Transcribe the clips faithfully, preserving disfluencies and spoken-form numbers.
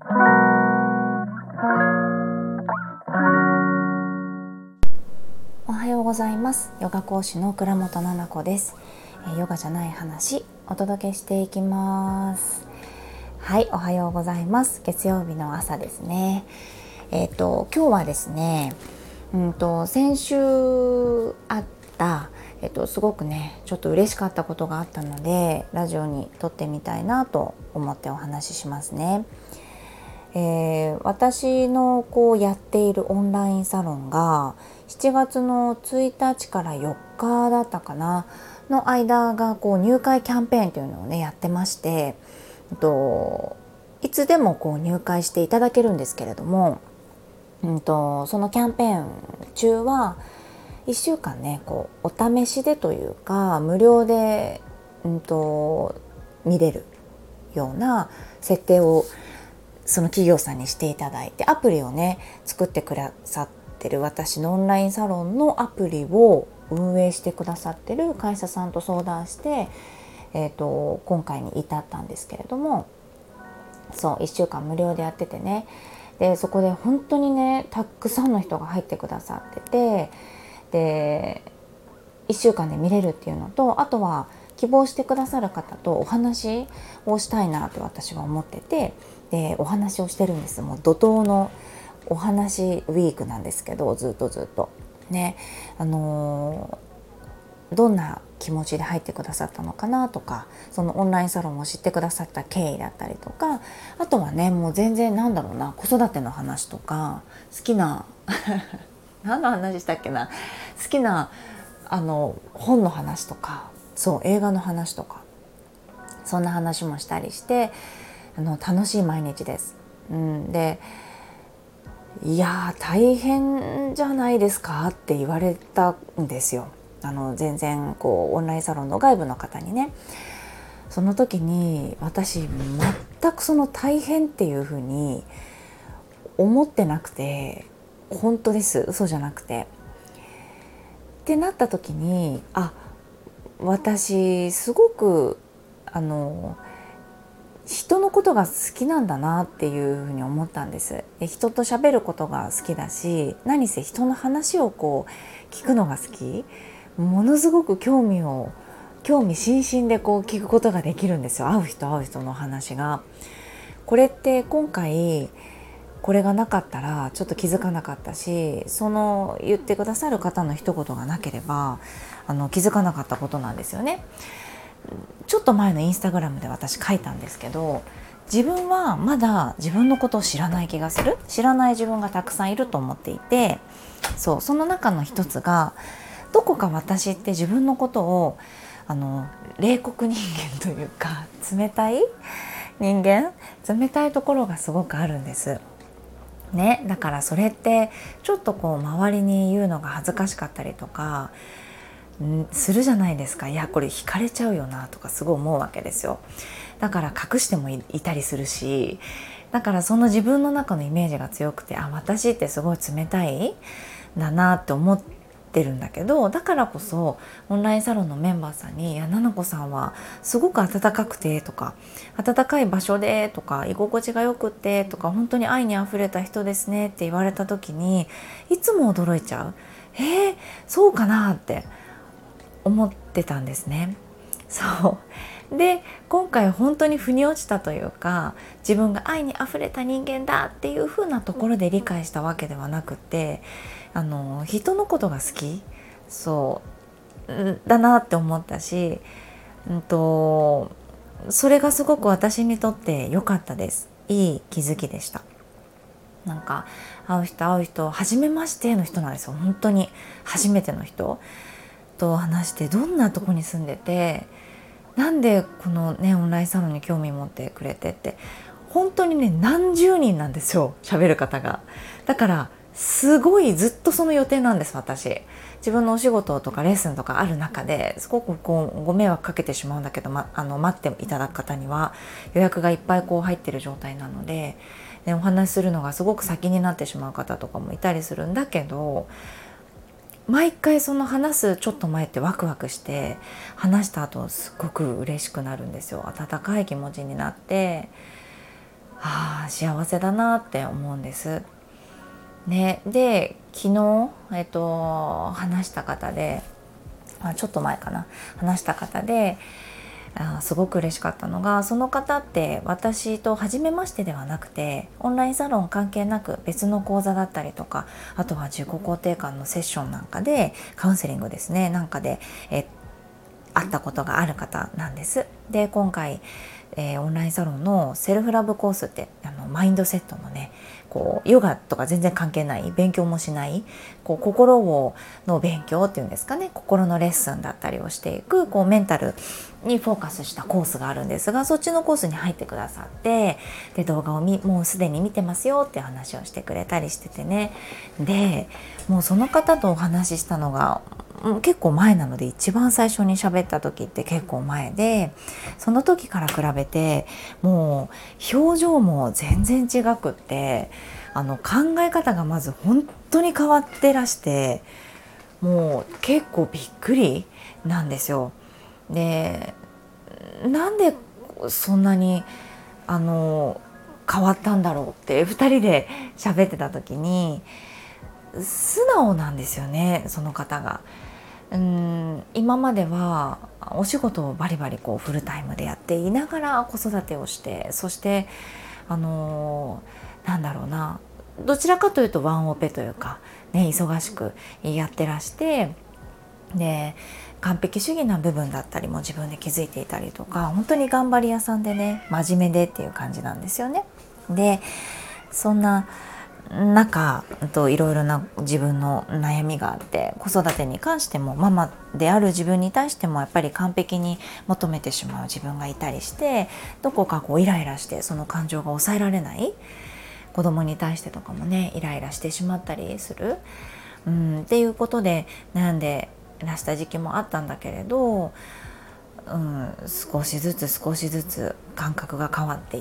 おはようございます。ヨガ講師の倉本奈々子です。ヨガじゃない話お届けしていきます。はい、おはようございます。月曜日の朝ですね。えっと今日はですね、うんと先週あった、えっとすごくねちょっと嬉しかったことがあったので、ラジオに撮ってみたいなと思ってお話ししますね。えー、私のこうやっているオンラインサロンがしちがつのついたちからよっかだったかなの間がこう入会キャンペーンというのをねやってまして、えっと、いつでもこう入会していただけるんですけれども、うんと、そのキャンペーン中はいっしゅうかんねこうお試しでというか無料で、うんと、見れるような設定をその企業さんにしていただいて、アプリをね作ってくださってる私のオンラインサロンのアプリを運営してくださってる会社さんと相談して、えーと、今回に至ったんですけれども、そういっしゅうかん無料でやっててね、でそこで本当にねたくさんの人が入ってくださってて、でいっしゅうかんで見れるっていうのと、あとは希望してくださる方とお話をしたいなって私は思ってて、でお話をしてるんです。もう怒涛のお話ウィークなんですけど、ずっとずっとね、あのー、どんな気持ちで入ってくださったのかなとか、そのオンラインサロンを知ってくださった経緯だったりとか、あとはねもう全然なんだろうな、子育ての話とか、好きな何の話したっけな、好きなあの本の話とか、そう映画の話とか、そんな話もしたりして、あの楽しい毎日です。うん、でいやー大変じゃないですかって言われたんですよ。あの全然こうオンラインサロンの外部の方にね。その時に私全くその大変っていう風に思ってなくて、本当です、嘘じゃなくてってなった時に、あ、私すごくあの人のことが好きなんだなっていうふうに思ったんです。で人と喋ることが好きだし、何せ人の話をこう聞くのが好き、ものすごく興味を興味津々でこう聞くことができるんですよ。会う人会う人の話が。これって今回これがなかったらちょっと気づかなかったし、その言ってくださる方の一言がなければあの気づかなかったことなんですよね。ちょっと前のインスタグラムで私書いたんですけど、自分はまだ自分のことを知らない気がする、知らない自分がたくさんいると思っていて、そうその中の一つが、どこか私って自分のことをあの冷酷人間というか冷たい人間冷たいところがすごくあるんですね。だからそれってちょっとこう周りに言うのが恥ずかしかったりとかするじゃないですか。いやこれ惹かれちゃうよなとかすごい思うわけですよ。だから隠しても い, いたりするし、だからその自分の中のイメージが強くて、あ、私ってすごい冷たいんだなって思ってるんだけど、だからこそオンラインサロンのメンバーさんに、いやななこさんはすごく温かくてとか、温かい場所でとか、居心地がよくてとか、本当に愛にあふれた人ですねって言われた時に、いつも驚いちゃう。えー、そうかなって思ってたんですね。そうで今回本当に腑に落ちたというか、自分が愛にあふれた人間だっていう風なところで理解したわけではなくて、あの人のことが好きそうだなって思ったし、うんとそれがすごく私にとって良かったです。いい気づきでした。なんか会う人会う人初めましての人なんですよ。本当に初めての人と話して、どんなとこに住んでて、なんでこのねオンラインサロンに興味持ってくれてって、本当にね何十人なんですよ、喋る方が。だからすごいずっとその予定なんです。私自分のお仕事とかレッスンとかある中ですごくこうご迷惑かけてしまうんだけど、ま、あの待っていただく方には予約がいっぱいこう入ってる状態なので、でお話しするのがすごく先になってしまう方とかもいたりするんだけど、毎回その話すちょっと前ってワクワクして、話した後すごく嬉しくなるんですよ。温かい気持ちになって、 ああ幸せだなって思うんです。ね、で昨日、えっと、話した方で、あちょっと前かな話した方で、あすごく嬉しかったのが、その方って私と初めましてではなくて、オンラインサロン関係なく別の講座だったりとか、あとは自己肯定感のセッションなんかで、カウンセリングですねなんかでえ会ったことがある方なんです。で今回、えー、オンラインサロンのセルフラブコースって、あのマインドセットのね、こうヨガとか全然関係ない、勉強もしない、こう心をの勉強っていうんですかね、心のレッスンだったりをしていく、こうメンタルにフォーカスしたコースがあるんですが、そっちのコースに入ってくださって、で動画をみもうすでに見てますよっていう話をしてくれたりしててね。でもうその方とお話ししたのが結構前なので、一番最初に喋った時って結構前で、その時から比べてもう表情も全然違くって、あの考え方がまず本当に変わってらして、もう結構びっくりなんですよ。でなんでそんなにあの変わったんだろうってふたりで喋ってた時に、素直なんですよね、その方が。うん今まではお仕事をバリバリこうフルタイムでやっていながら子育てをして、そしてあのー、なんだろうな、どちらかというとワンオペというか、ね、忙しくやってらして、で完璧主義な部分だったりも自分で気づいていたりとか、本当に頑張り屋さんでね、真面目でっていう感じなんですよね。でそんな中といろいろな自分の悩みがあって、子育てに関してもママである自分に対してもやっぱり完璧に求めてしまう自分がいたりして、どこかこうイライラしてその感情が抑えられない、子供に対してとかもねイライラしてしまったりする、うん、っていうことで悩んでらした時期もあったんだけれど、うん、少しずつ少しずつ感覚が変わっていって、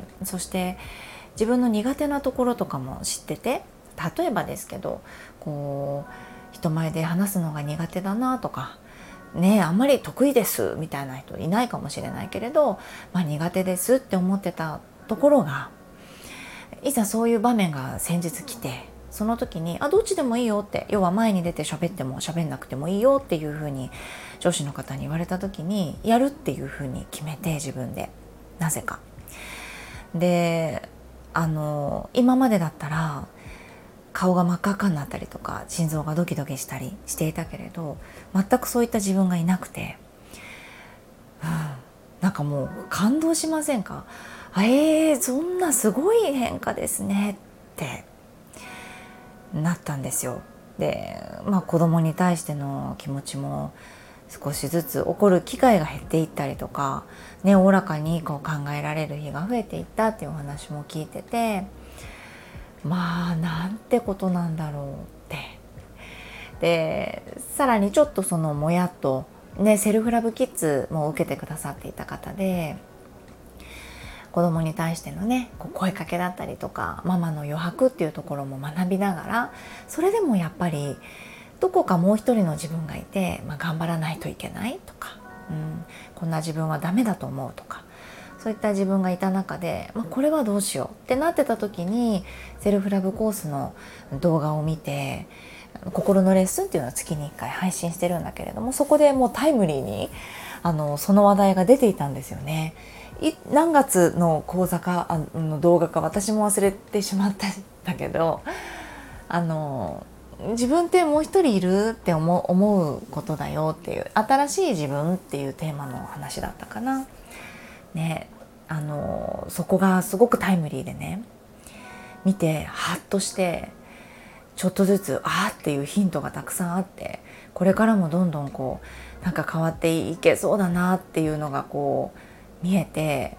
そして自分の苦手なところとかも知ってて、例えばですけど、こう人前で話すのが苦手だなとかね、あんまり得意ですみたいな人いないかもしれないけれど、まあ、苦手ですって思ってたところが、いざそういう場面が先日来て、その時にあどっちでもいいよって、要は前に出て喋っても喋んなくてもいいよっていう風に上司の方に言われた時に、やるっていう風に決めて、自分でなぜかで、あの今までだったら顔が真っ赤っかになったりとか、心臓がドキドキしたりしていたけれど、全くそういった自分がいなくて、うん、なんかもう感動しませんか？えー、そんなすごい変化ですねってなったんですよ。で、まあ、子供に対しての気持ちも少しずつ怒る機会が減っていったりとか、ね、おおらかにこう考えられる日が増えていったっていうお話も聞いてて、まあなんてことなんだろうって。でさらにちょっとそのもやっと、ね、セルフラブキッズも受けてくださっていた方で、子供に対してのねこう声かけだったりとか、ママの余白っていうところも学びながら、それでもやっぱりどこかもう一人の自分がいて、まあ、頑張らないといけないとか、うん、こんな自分はダメだと思うとか、そういった自分がいた中で、まあ、これはどうしようってなってた時に、セルフラブコースの動画を見て、心のレッスンっていうのを月にいっかい配信してるんだけれども、そこでもうタイムリーにあのその話題が出ていたんですよね。い何月の講座かあの動画か私も忘れてしまったんだけど、あの自分ってもう一人いるって思う、思うことだよっていう、新しい自分っていうテーマの話だったかな、ね、あのそこがすごくタイムリーでね、見てハッとして、ちょっとずつあーっていうヒントがたくさんあって、これからもどんどんこうなんか変わっていけそうだなっていうのがこう見えて、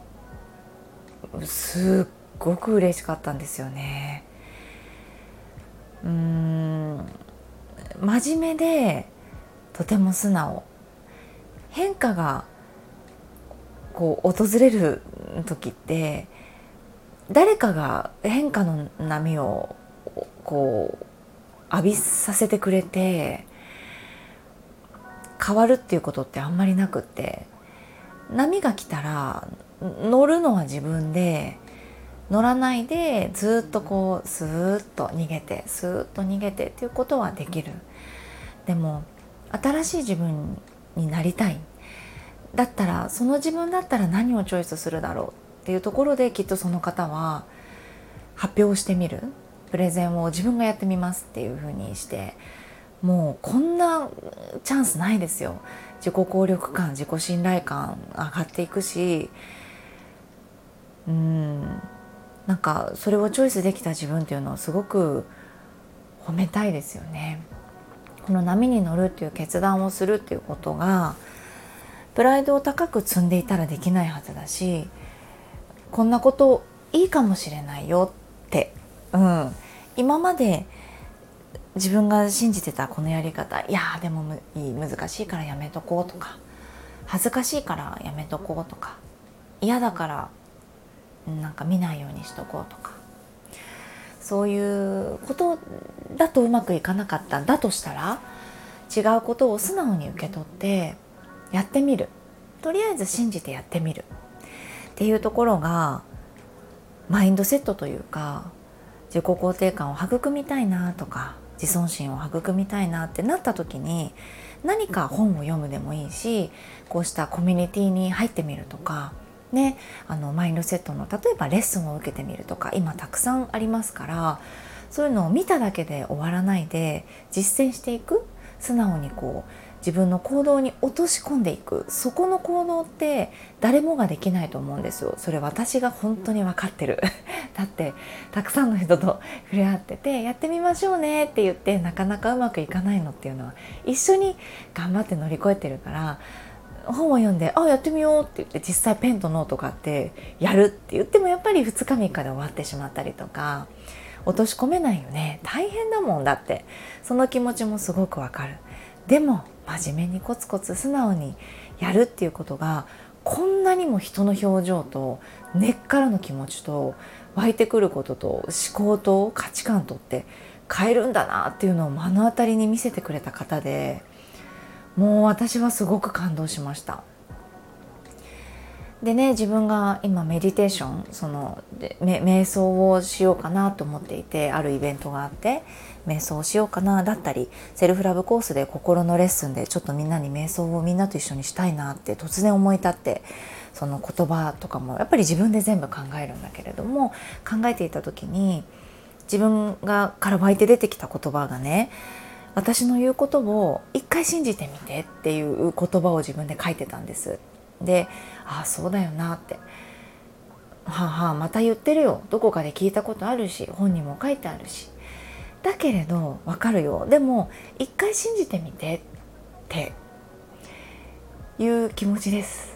すっごく嬉しかったんですよね。うーん真面目でとても素直、変化がこう訪れる時って誰かが変化の波をこう浴びさせてくれて変わるっていうことってあんまりなくって、波が来たら乗るのは自分で、 乗らないでずっとこうスーッと逃げてスーッと逃げてっていうことはできる。でも新しい自分になりたいだったら、その自分だったら何をチョイスするだろうっていうところで、きっとその方は発表してみる、プレゼンを自分がやってみますっていう風にして、もうこんなチャンスないですよ。自己効力感、自己信頼感上がっていくし、うーんなんかそれをチョイスできた自分っていうのをすごく褒めたいですよね。この波に乗るっていう決断をするっていうことが、プライドを高く積んでいたらできないはずだし、こんなこといいかもしれないよって、うん、今まで自分が信じてたこのやり方、いやでも難しいからやめとこうとか、恥ずかしいからやめとこうとか、嫌だからなんか見ないようにしとこうとか、そういうことだとうまくいかなかったんだとしたら、違うことを素直に受け取ってやってみる、とりあえず信じてやってみるっていうところがマインドセットというか、自己肯定感を育みたいなとか、自尊心を育みたいなってなった時に、何か本を読むでもいいし、こうしたコミュニティに入ってみるとかね、あのマインドセットの例えばレッスンを受けてみるとか、今たくさんありますから、そういうのを見ただけで終わらないで実践していく、素直にこう自分の行動に落とし込んでいく、そこの行動って誰もができないと思うんですよ。それ私が本当に分かってるだってたくさんの人と触れ合ってて、やってみましょうねって言ってなかなかうまくいかないのっていうのは、一緒に頑張って乗り越えてるから、本を読んであやってみようって言って実際ペンとノート買ってやるって言っても、やっぱりふつかみっかで終わってしまったりとか、落とし込めないよね、大変だもんだって、その気持ちもすごくわかる。でも真面目にコツコツ素直にやるっていうことが、こんなにも人の表情と根っからの気持ちと湧いてくることと思考と価値観とって変えるんだなっていうのを目の当たりに見せてくれた方で、もう私はすごく感動しました。でね、自分が今メディテーション、そので瞑想をしようかなと思っていて、あるイベントがあって瞑想をしようかなだったり、セルフラブコースで心のレッスンでちょっとみんなに瞑想をみんなと一緒にしたいなって突然思い立って、その言葉とかもやっぱり自分で全部考えるんだけれども、考えていた時に自分がから湧いて出てきた言葉がね、私の言うことを一回信じてみてっていう言葉を自分で書いてたんです。で、ああそうだよなって、はあはあまた言ってるよ、どこかで聞いたことあるし、本にも書いてあるし、だけれどわかるよ、でも一回信じてみてっていう気持ちです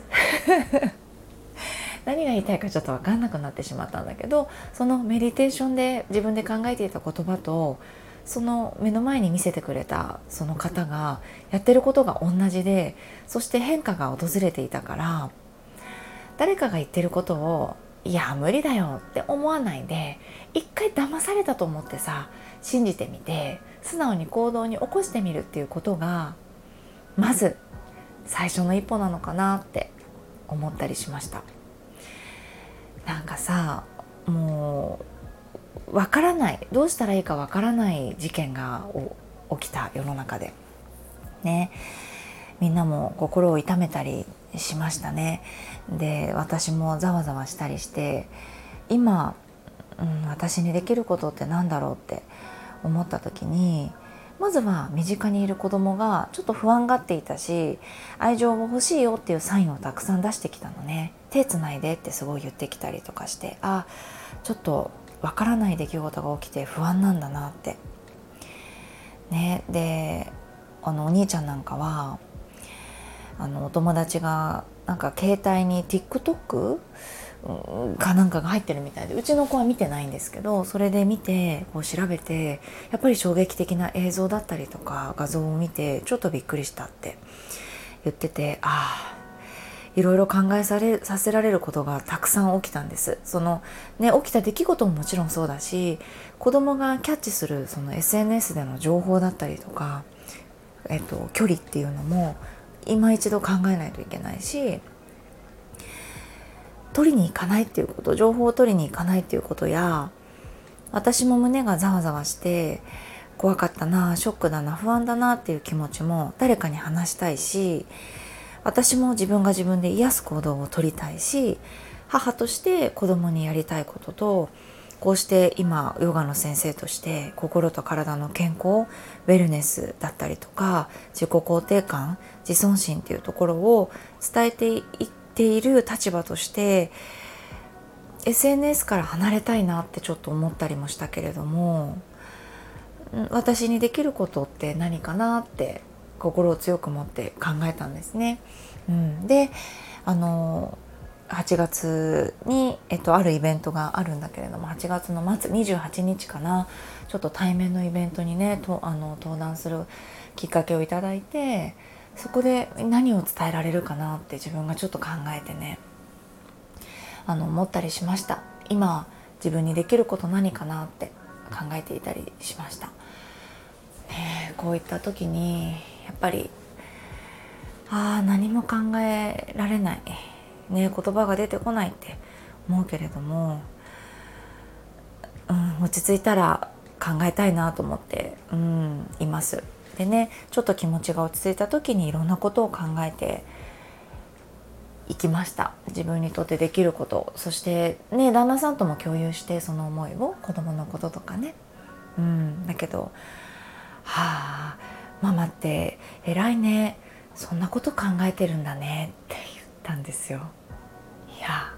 何が言いたいかちょっと分かんなくなってしまったんだけど、そのメディテーションで自分で考えていた言葉と、その目の前に見せてくれたその方がやってることが同じで、そして変化が訪れていたから、誰かが言ってることをいや無理だよって思わないで、一回騙されたと思ってさ、信じてみて素直に行動に起こしてみるっていうことが、まず最初の一歩なのかなって思ったりしました。なんかさ、もうわからない、どうしたらいいかわからない事件が起きた世の中でね、みんなも心を痛めたりしましたね。で、私もざわざわしたりして、今、うん、私にできることってなんだろうって思った時に、まずは身近にいる子供がちょっと不安がっていたし、愛情を欲しいよっていうサインをたくさん出してきたのね。手つないでってすごい言ってきたりとかして、あ、ちょっとわからない出来事が起きて不安なんだなってね。で、あのお兄ちゃんなんかは、あのお友達がなんか携帯に TikTok かなんかが入ってるみたいで、うちの子は見てないんですけど、それで見てこう調べて、やっぱり衝撃的な映像だったりとか画像を見てちょっとびっくりしたって言ってて、ああいろいろ考えされさせられることがたくさん起きたんです。そのね、起きた出来事ももちろんそうだし、子供がキャッチするその エスエヌエス での情報だったりとか、えっと、距離っていうのも今一度考えないといけないし、 取りに行かないっていうこと、情報を取りに行かないっていうことや、私も胸がざわざわして怖かったな、ショックだな、不安だなっていう気持ちも誰かに話したいし、私も自分が自分で癒す行動を取りたいし、母として子供にやりたいことと、こうして今ヨガの先生として心と体の健康、ウェルネスだったりとか自己肯定感、自尊心っていうところを伝えていっている立場として、エスエヌエス から離れたいなってちょっと思ったりもしたけれども、私にできることって何かなって心を強く持って考えたんですね。うん、で、あのはちがつに、えっと、あるイベントがあるんだけれども、はちがつの末にじゅうはちにちかな、ちょっと対面のイベントにねとあの登壇するきっかけをいただいて、そこで何を伝えられるかなって自分がちょっと考えてね、あの思ったりしました。今自分にできること何かなって考えていたりしました、ね、こういった時にやっぱりあー何も考えられない、ね、言葉が出てこないって思うけれども、うん、落ち着いたら考えたいなと思って、うん、います。でね、ちょっと気持ちが落ち着いた時にいろんなことを考えていきました。自分にとってできること、そしてね、旦那さんとも共有してその思いを、子供のこととかね、うん、だけどはあ、ママって偉いね、そんなこと考えてるんだねって言ったんですよ。いや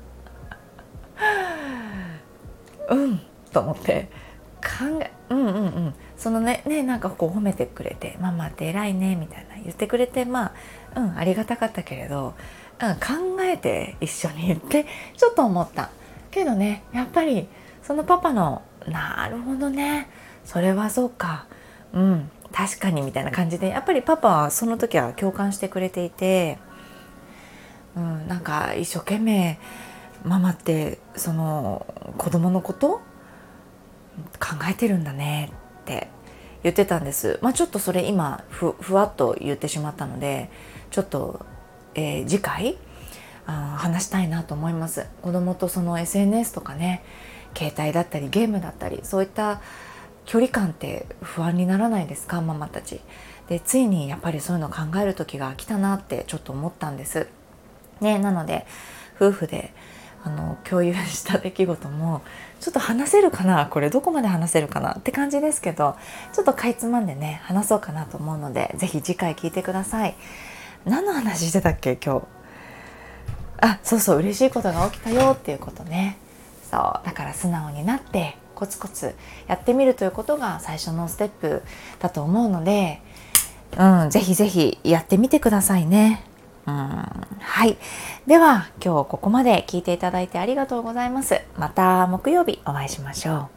うんと思って考えうんうんうんそのねねなんかこう褒めてくれて、ママって偉いねみたいな言ってくれて、まあうんありがたかったけれど、うん、考えて一緒に言ってちょっと思ったけどね、やっぱりそのパパのなるほどね、それはそうか、うん確かにみたいな感じで、やっぱりパパはその時は共感してくれていて、うん、なんか一生懸命ママってその子供のこと考えてるんだねって言ってたんです。まあ、ちょっとそれ今 ふ, ふわっと言ってしまったので、ちょっと、えー、次回あ話したいなと思います。子供とその エスエヌエス とかね、携帯だったりゲームだったり、そういった距離感って不安にならないですか、ママたちで。ついにやっぱりそういうのを考える時が来たなってちょっと思ったんですね。なので夫婦であの共有した出来事もちょっと話せるかな、これどこまで話せるかなって感じですけど、ちょっとかいつまんでね話そうかなと思うので、ぜひ次回聞いてください。何の話してたっけ今日。あ、そうそう、嬉しいことが起きたよっていうことね。そうだから素直になってコツコツやってみるということが最初のステップだと思うので、うん、ぜひぜひやってみてくださいね。うん、はい。では今日ここまで聞いていただいてありがとうございます。また木曜日お会いしましょう。